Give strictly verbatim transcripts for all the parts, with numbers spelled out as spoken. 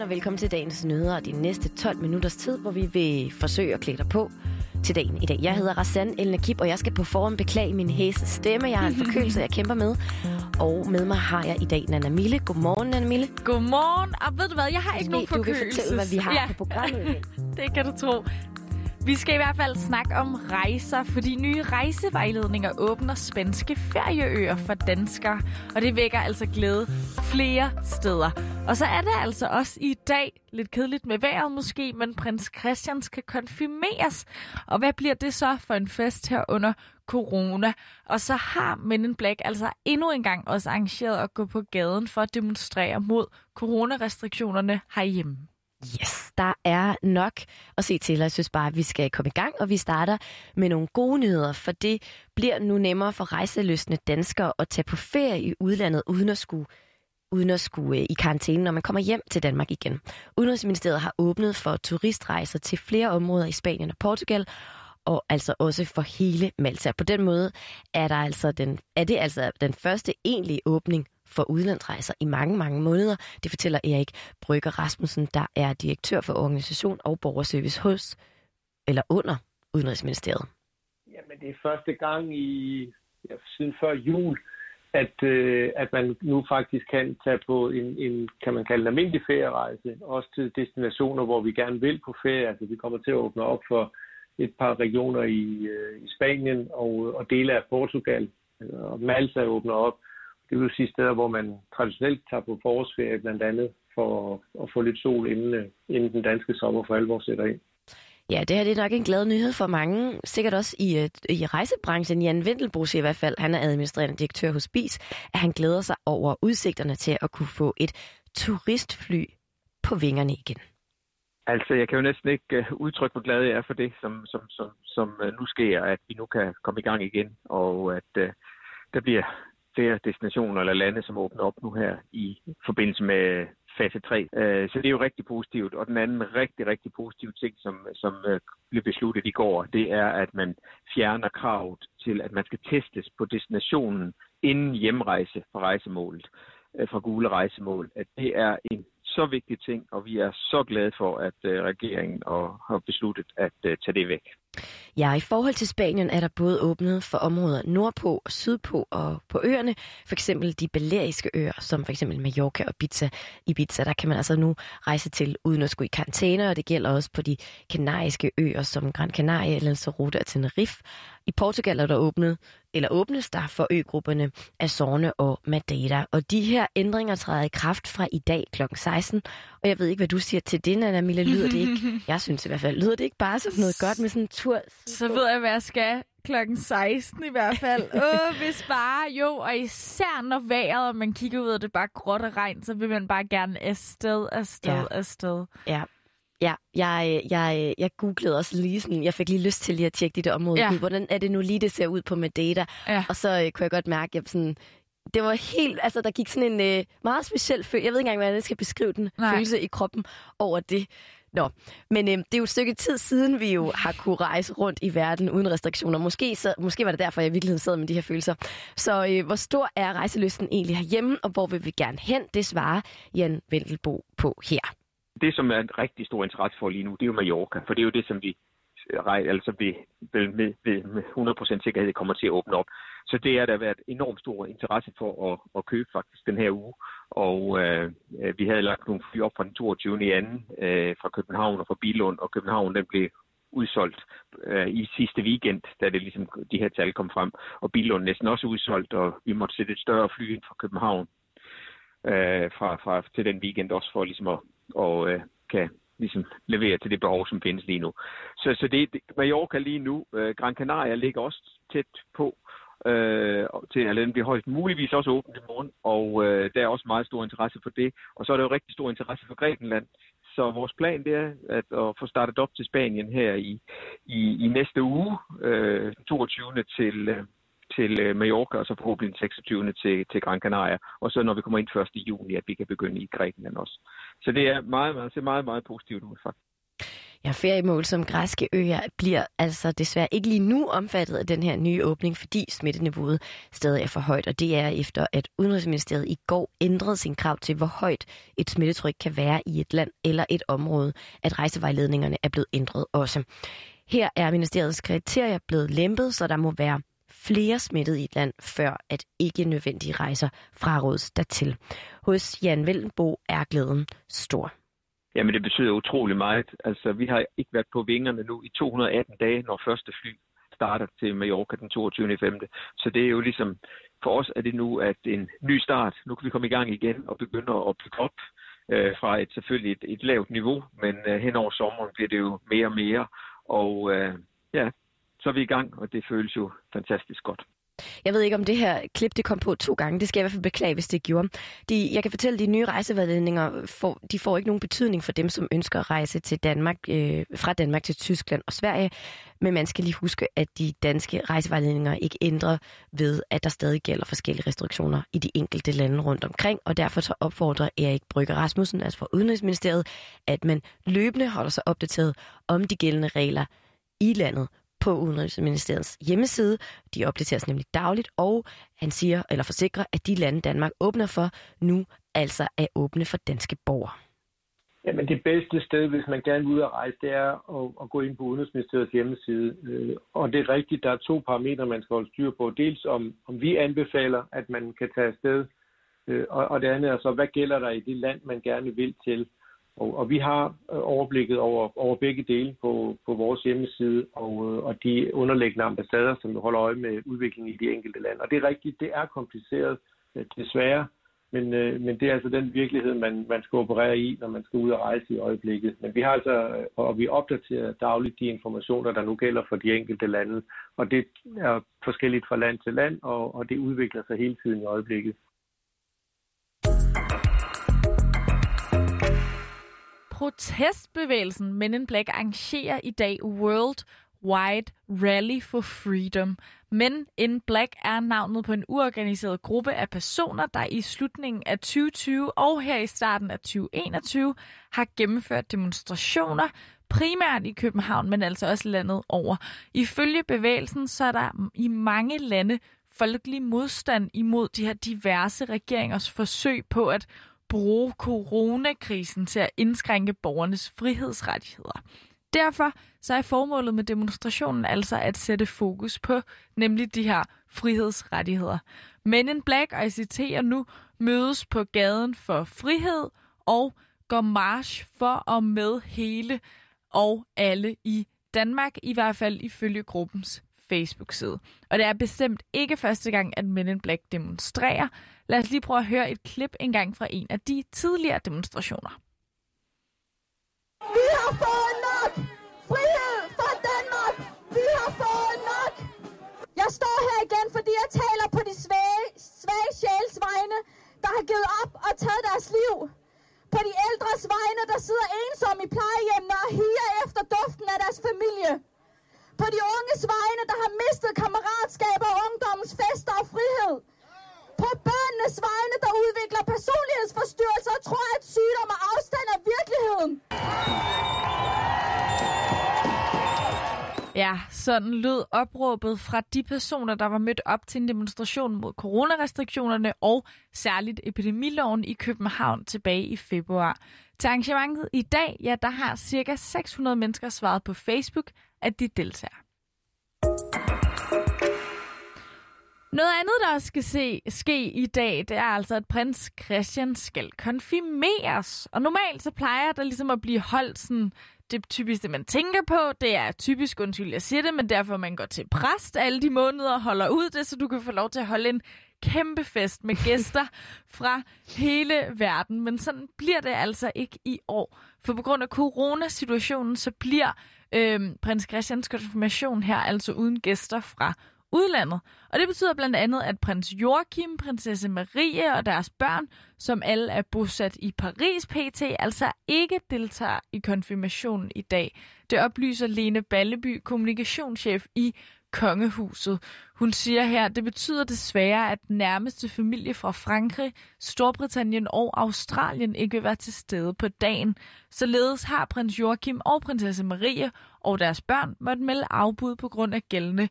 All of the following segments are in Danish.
og velkommen til dagens nyheder og de næste tolv minutters tid, hvor vi vil forsøge at klæde dig på til dagen i dag. Jeg hedder Razan El Nakib, og jeg skal på forhånd beklage min hæse stemme. Jeg har en forkølelse, jeg kæmper med. Og med mig har jeg i dag Nanna Mille. Godmorgen, Nanna Mille. Godmorgen. Og ved du hvad, jeg har ikke nogen forkølelse. Du vil fortælle, hvad vi har ja. på programmet. Det kan du tro. Vi skal i hvert fald snakke om rejser, fordi nye rejsevejledninger åbner spanske ferieøer for danskere. Og det vækker altså glæde flere steder. Og så er det altså også i dag, lidt kedeligt med vejret måske, men prins Christian skal konfirmeres. Og hvad bliver det så for en fest her under corona? Og så har Men in Black altså endnu en gang også arrangeret at gå på gaden for at demonstrere mod coronarestriktionerne herhjemme. Yes, der er nok at se til, og jeg synes bare, at vi skal komme i gang, og vi starter med nogle gode nyheder, for det bliver nu nemmere for rejselystne danskere at tage på ferie i udlandet, uden at skulle, uden at skulle i karantæne, når man kommer hjem til Danmark igen. Udenrigsministeriet har åbnet for turistrejser til flere områder i Spanien og Portugal, og altså også for hele Malta. På den måde er, der altså den, er det altså den første egentlige åbning for udlandsrejser i mange, mange måneder. Det fortæller Erik Brygger Rasmussen, der er direktør for organisation og borgerservice hos, eller under Udenrigsministeriet. Jamen, det er første gang i, ja, siden før jul, at, øh, at man nu faktisk kan tage på en, en, kan man kalde en almindelig ferierejse, også til destinationer, hvor vi gerne vil på ferie. Altså, vi kommer til at åbne op for et par regioner i, øh, i Spanien og, og dele af Portugal, og Malta åbner op. Det vil sige steder, hvor man traditionelt tager på forårsferie, blandt andet for at få lidt sol, inden, inden den danske sommer for alvor sætter ind. Ja, det her det er nok en glad nyhed for mange. Sikkert også i, i rejsebranchen. Jan Vendelbo siger i hvert fald, han er administrerende direktør hos B I S, at han glæder sig over udsigterne til at kunne få et turistfly på vingerne igen. Altså, jeg kan jo næsten ikke uh, udtrykke, hvor glad jeg er for det, som, som, som, som uh, nu sker, at vi nu kan komme i gang igen, og at uh, der bliver flere destinationer eller lande, som åbner op nu her i forbindelse med fase tre. Så det er jo rigtig positivt. Og den anden rigtig, rigtig positive ting, som, som blev besluttet i går, det er, at man fjerner kravet til, at man skal testes på destinationen inden hjemrejse fra rejsemålet, fra gule rejsemål. At det er en så vigtig ting, og vi er så glade for, at regeringen har besluttet at tage det væk. Ja, i forhold til Spanien er der både åbnet for områder nordpå og sydpå og på øerne. For eksempel de baleariske øer, som for eksempel Mallorca og Ibiza. Ibiza, der kan man altså nu rejse til uden at skulle i karantæne, og det gælder også på de kanariske øer som Gran Canaria, Lanzarote og Tenerife. I Portugal er der åbnet, eller åbnes der for øgrupperne Azorne og Madeira. Og de her ændringer træder i kraft fra i dag klokken seksten. Og jeg ved ikke, hvad du siger til det, Nanna Mille. Lyder det ikke? Jeg synes i hvert fald, lyder det ikke bare som noget godt med sådan en tur? Så ved jeg, hvad jeg skal klokken seksten i hvert fald. Åh, hvis bare, jo, og især når vejret, og man kigger ud, og det er bare gråt og regn, så vil man bare gerne afsted, afsted, ja. afsted. Ja. Ja, jeg, jeg, jeg googlede også lige sådan, jeg fik lige lyst til lige at tjekke de der områder. Ja. Hvordan er det nu lige, det ser ud på Madeira? Ja. Og så øh, kunne jeg godt mærke, at sådan, det var helt, altså der gik sådan en øh, meget speciel følelse. Jeg ved ikke engang, hvordan jeg skal beskrive den Nej. følelse i kroppen over det. Nå, men øh, det er jo et stykke tid siden, vi jo har kunne rejse rundt i verden uden restriktioner. Måske, så, måske var det derfor, jeg i virkeligheden sad med de her følelser. Så øh, hvor stor er rejselysten egentlig herhjemme, og hvor vil vi gerne hen? Det svarer Jan Vendelbo på her. Det, som er en rigtig stor interesse for lige nu, det er jo Mallorca, for det er jo det, som vi altså vi, med, med hundrede procent sikkerhed kommer til at åbne op. Så det er der været enormt stor interesse for at, at købe faktisk den her uge. Og øh, vi havde lagt nogle fly op fra den toogtyvende i anden øh, fra København og fra Billund, og København den blev udsolgt øh, i sidste weekend, da det ligesom de her tal kom frem. Og Billund næsten også udsolgt, og vi måtte sætte et større fly ind fra København øh, fra, fra, til den weekend også for ligesom at og øh, kan ligesom levere til det behov, som findes lige nu. Så, så det, det Mallorca lige nu, øh, Gran Canaria ligger også tæt på, øh, til at den bliver højst muligvis også åbent i morgen, og øh, der er også meget stor interesse for det. Og så er der jo rigtig stor interesse for Grækenland. Så vores plan det er at, at få startet op til Spanien her i, i, i næste uge, øh, toogtyvende til... Øh, til Mallorca, og så forhåbentlig den seksogtyvende til, til Gran Canaria, og så når vi kommer ind første juni, at vi kan begynde i Grækenland også. Så det er meget, meget, meget, meget positivt ud, faktisk. Ja, feriemål som græske øer bliver altså desværre ikke lige nu omfattet af den her nye åbning, fordi smitteniveauet stadig er for højt, og det er efter, at Udenrigsministeriet i går ændrede sin krav til, hvor højt et smittetryk kan være i et land eller et område, at rejsevejledningerne er blevet ændret også. Her er ministeriets kriterier blevet lempet, så der må være flere smittede i et land, før at ikke nødvendige rejser frarådes dertil. Hos Jan Vellenbo er glæden stor. Jamen, det betyder utrolig meget. Altså, vi har ikke været på vingerne nu i to hundrede og atten dage, når første fly starter til Mallorca den toogtyvende femte Så det er jo ligesom, for os er det nu, at en ny start. Nu kan vi komme i gang igen og begynde at bygge op øh, fra et selvfølgelig et, et lavt niveau, men øh, hen over sommeren bliver det jo mere og mere. Og øh, ja, så er vi i gang, og det føles jo fantastisk godt. Jeg ved ikke, om det her klip det kom på to gange. Det skal jeg i hvert fald beklage, hvis det gjorde. De, jeg kan fortælle, at de nye rejsevejledninger får, de får ikke nogen betydning for dem, som ønsker at rejse til Danmark, øh, fra Danmark til Tyskland og Sverige. Men man skal lige huske, at de danske rejsevejledninger ikke ændrer ved, at der stadig gælder forskellige restriktioner i de enkelte lande rundt omkring. Og derfor så opfordrer Erik Brygger Rasmussen, altså fra Udenrigsministeriet, at man løbende holder sig opdateret om de gældende regler i landet på Udenrigsministeriets hjemmeside. De opdateres nemlig dagligt, og han siger, eller forsikrer, at de lande, Danmark åbner for, nu altså er åbne for danske borgere. Jamen det bedste sted, hvis man gerne vil ud at rejse, det er at, at gå ind på Udenrigsministeriets hjemmeside. Og det er rigtigt, der er to parametre, man skal holde styr på. Dels om, om vi anbefaler, at man kan tage afsted, og, og det andet er så, hvad gælder der i det land, man gerne vil til. Og, og vi har overblikket over, over begge dele på, på vores hjemmeside og, og de underliggende ambassader, som holder øje med udviklingen i de enkelte lande. Og det er rigtigt, det er kompliceret, desværre, men, men det er altså den virkelighed, man, man skal operere i, når man skal ud og rejse i øjeblikket. Men vi har altså, og vi opdaterer dagligt de informationer, der nu gælder for de enkelte lande, og det er forskelligt fra land til land, og, og det udvikler sig hele tiden i øjeblikket. Protestbevægelsen Men in Black arrangerer i dag World Wide Rally for Freedom. Men in Black er navnet på en uorganiseret gruppe af personer, der i slutningen af tyve tyve og her i starten af tyve enogtyve har gennemført demonstrationer, primært i København, men altså også landet over. Ifølge bevægelsen så er der i mange lande folkelig modstand imod de her diverse regeringers forsøg på at bruge coronakrisen til at indskrænke borgernes frihedsrettigheder. Derfor så er formålet med demonstrationen altså at sætte fokus på nemlig de her frihedsrettigheder. Men in Black, og jeg citerer nu, mødes på gaden for frihed og går march for og med hele og alle i Danmark, i hvert fald ifølge gruppens Facebook-side. Og det er bestemt ikke første gang, at Men in Black demonstrerer. Lad os lige prøve at høre et klip engang fra en af de tidligere demonstrationer. Vi har fået nok frihed fra Danmark. Vi har fået nok. Jeg står her igen, fordi jeg taler på de svage, svage sjæls vegne, der har givet op og taget deres liv. På de ældres vegne, der sidder ensomme i plejehjemmene og higer efter duften af deres familie. På de unges vegne, der har mistet kammeratskaber og ungdommens fester og frihed. På børnenes vegne, der udvikler personlighedsforstyrrelser og tror, at sygdom og afstand er virkeligheden. Ja, sådan lød opråbet fra de personer, der var mødt op til en demonstration mod coronarestriktionerne og særligt epidemiloven i København tilbage i februar. Til arrangementet i dag, ja, der har ca. seks hundrede mennesker svaret på Facebook, at de deltager. Noget andet, der skal se, ske i dag, det er altså, at prins Christian skal konfirmeres. Og normalt så plejer der ligesom at blive holdt sådan, det typiske, man tænker på, det er typisk, undskyld, jeg siger det, men derfor man går til præst alle de måneder og holder ud det, så du kan få lov til at holde en kæmpe fest med gæster fra hele verden. Men sådan bliver det altså ikke i år. For på grund af coronasituationen, så bliver øh, prins Christians konfirmation her altså uden gæster fra udlandet. Og det betyder blandt andet, at prins Joachim, prinsesse Marie og deres børn, som alle er bosat i Paris pt., altså ikke deltager i konfirmationen i dag. Det oplyser Lene Balleby, kommunikationschef i kongehuset. Hun siger her, det betyder desværre, at den nærmeste familie fra Frankrig, Storbritannien og Australien ikke vil være til stede på dagen. Således har prins Joachim og prinsesse Marie og deres børn måtte melde afbud på grund af gældende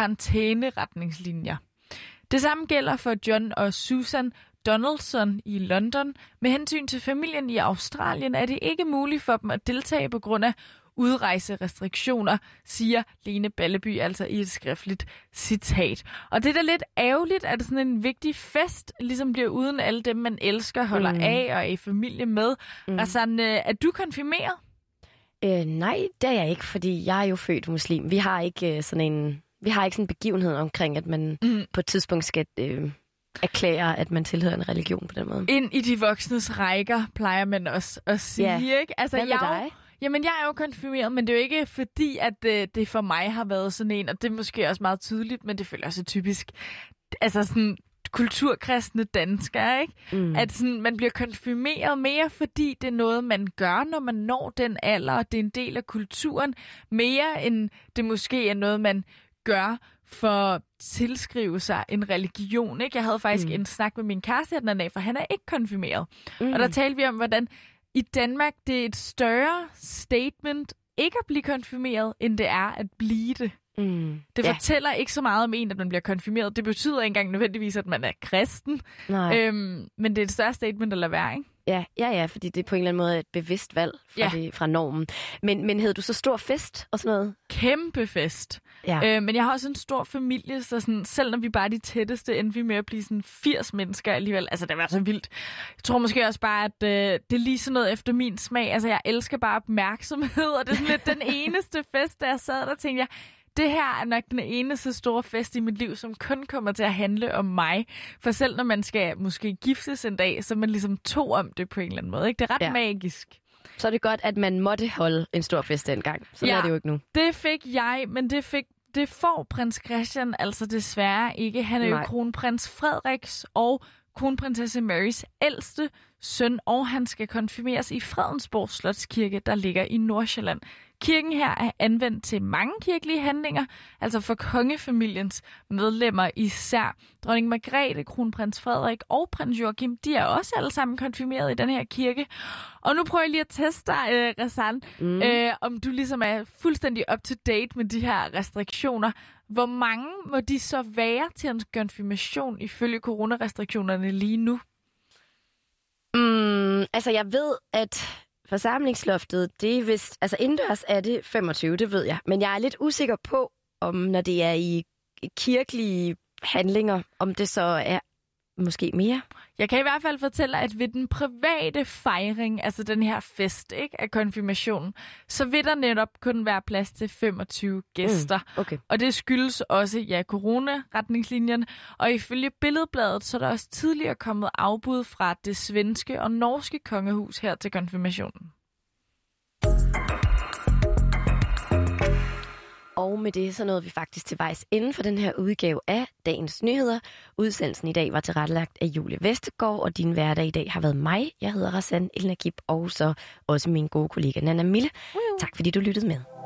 karantæneretningslinjer. Det samme gælder for John og Susan Donaldson i London. Med hensyn til familien i Australien er det ikke muligt for dem at deltage på grund af udrejserestriktioner, siger Lene Balleby altså i et skriftligt citat. Og det er da lidt ærgerligt, at sådan en vigtig fest ligesom bliver uden alle dem, man elsker, holder mm. af og er i familie med. Mm. Altså, er du konfirmeret? Øh, nej, det er jeg ikke, fordi jeg er jo født muslim. Vi har ikke øh, sådan en, vi har ikke sådan en begivenhed omkring, at man mm. på et tidspunkt skal øh, erklære, at man tilhører en religion på den måde. Ind i de voksnes rækker, plejer man også at sige, ja. Ikke? Altså, Hvad med jeg dig? Jamen, jeg er jo konfirmeret, men det er jo ikke fordi, at øh, det for mig har været sådan en, og det er måske også meget tydeligt, men det føler også typisk, altså sådan kulturkristne danskere, ikke? Mm. At sådan, man bliver konfirmeret mere, fordi det er noget, man gør, når man når den alder, og det er en del af kulturen, mere end det måske er noget, man gør for at tilskrive sig en religion, ikke? Jeg havde faktisk mm. en snak med min kæreste her den anden dag, for han er ikke konfirmeret. Mm. Og der talte vi om, hvordan i Danmark, det er et større statement ikke at blive konfirmeret, end det er at blive det. Mm. Det ja. fortæller ikke så meget om en, at man bliver konfirmeret. Det betyder ikke engang nødvendigvis, at man er kristen. Øhm, men det er et større statement at lade være, ikke? Ja, ja, ja, fordi det er på en eller anden måde et bevidst valg fra, ja. det, fra normen. Men, men havde du så stor fest og sådan noget? Kæmpe fest. Ja. Øh, men jeg har også en stor familie, så sådan, selv når vi bare er de tætteste, endte vi med at blive sådan firs mennesker alligevel. Altså, det var så vildt. Jeg tror måske også bare, at øh, det er lige sådan noget efter min smag. Altså, jeg elsker bare opmærksomhed, og det er sådan lidt den eneste fest, der jeg sad der, tænkte jeg, det her er nok den eneste store fest i mit liv, som kun kommer til at handle om mig. For selv når man skal måske giftes en dag, så er man ligesom to om det på en eller anden måde. Ikke? Det er ret ja. magisk. Så er det godt, at man måtte holde en stor fest dengang. Så ja, er det jo ikke nu. Det fik jeg, men det fik det får prins Christian altså desværre ikke. Han er Nej. jo kronprins Frederiks og kronprinsesse Marys ældste søn, og han skal konfirmeres i Fredensborg Slotskirke, der ligger i Nordsjælland. Kirken her er anvendt til mange kirkelige handlinger, altså for kongefamiliens medlemmer især. Dronning Margrethe, kronprins Frederik og prins Joachim, de er også alle sammen konfirmeret i den her kirke. Og nu prøver jeg lige at teste dig, øh, Razan, mm. øh, om du ligesom er fuldstændig up to date med de her restriktioner. Hvor mange må de så være til en konfirmation ifølge coronarestriktionerne lige nu? Mm, altså, jeg ved, at forsamlingsloftet, det er vist, altså indendørs er det femogtyve, det ved jeg. Men jeg er lidt usikker på, om når det er i kirkelige handlinger, om det så er måske mere. Jeg kan i hvert fald fortælle, at ved den private fejring, altså den her fest, ikke, af konfirmationen, så vil der netop kun være plads til femogtyve gæster. Mm, okay. Og det skyldes også, ja, coronaretningslinjerne. Og ifølge Billedbladet, så er der også tidligere kommet afbud fra det svenske og norske kongehus her til konfirmationen. Og med det så nåede vi faktisk til vejs ende for den her udgave af Dagens Nyheder. Udsendelsen i dag var tilrettelagt af Julie Vestergaard, og din hverdag i dag har været mig. Jeg hedder Razan El Nagib, og så også min gode kollega Nana Mille. Tak fordi du lyttede med.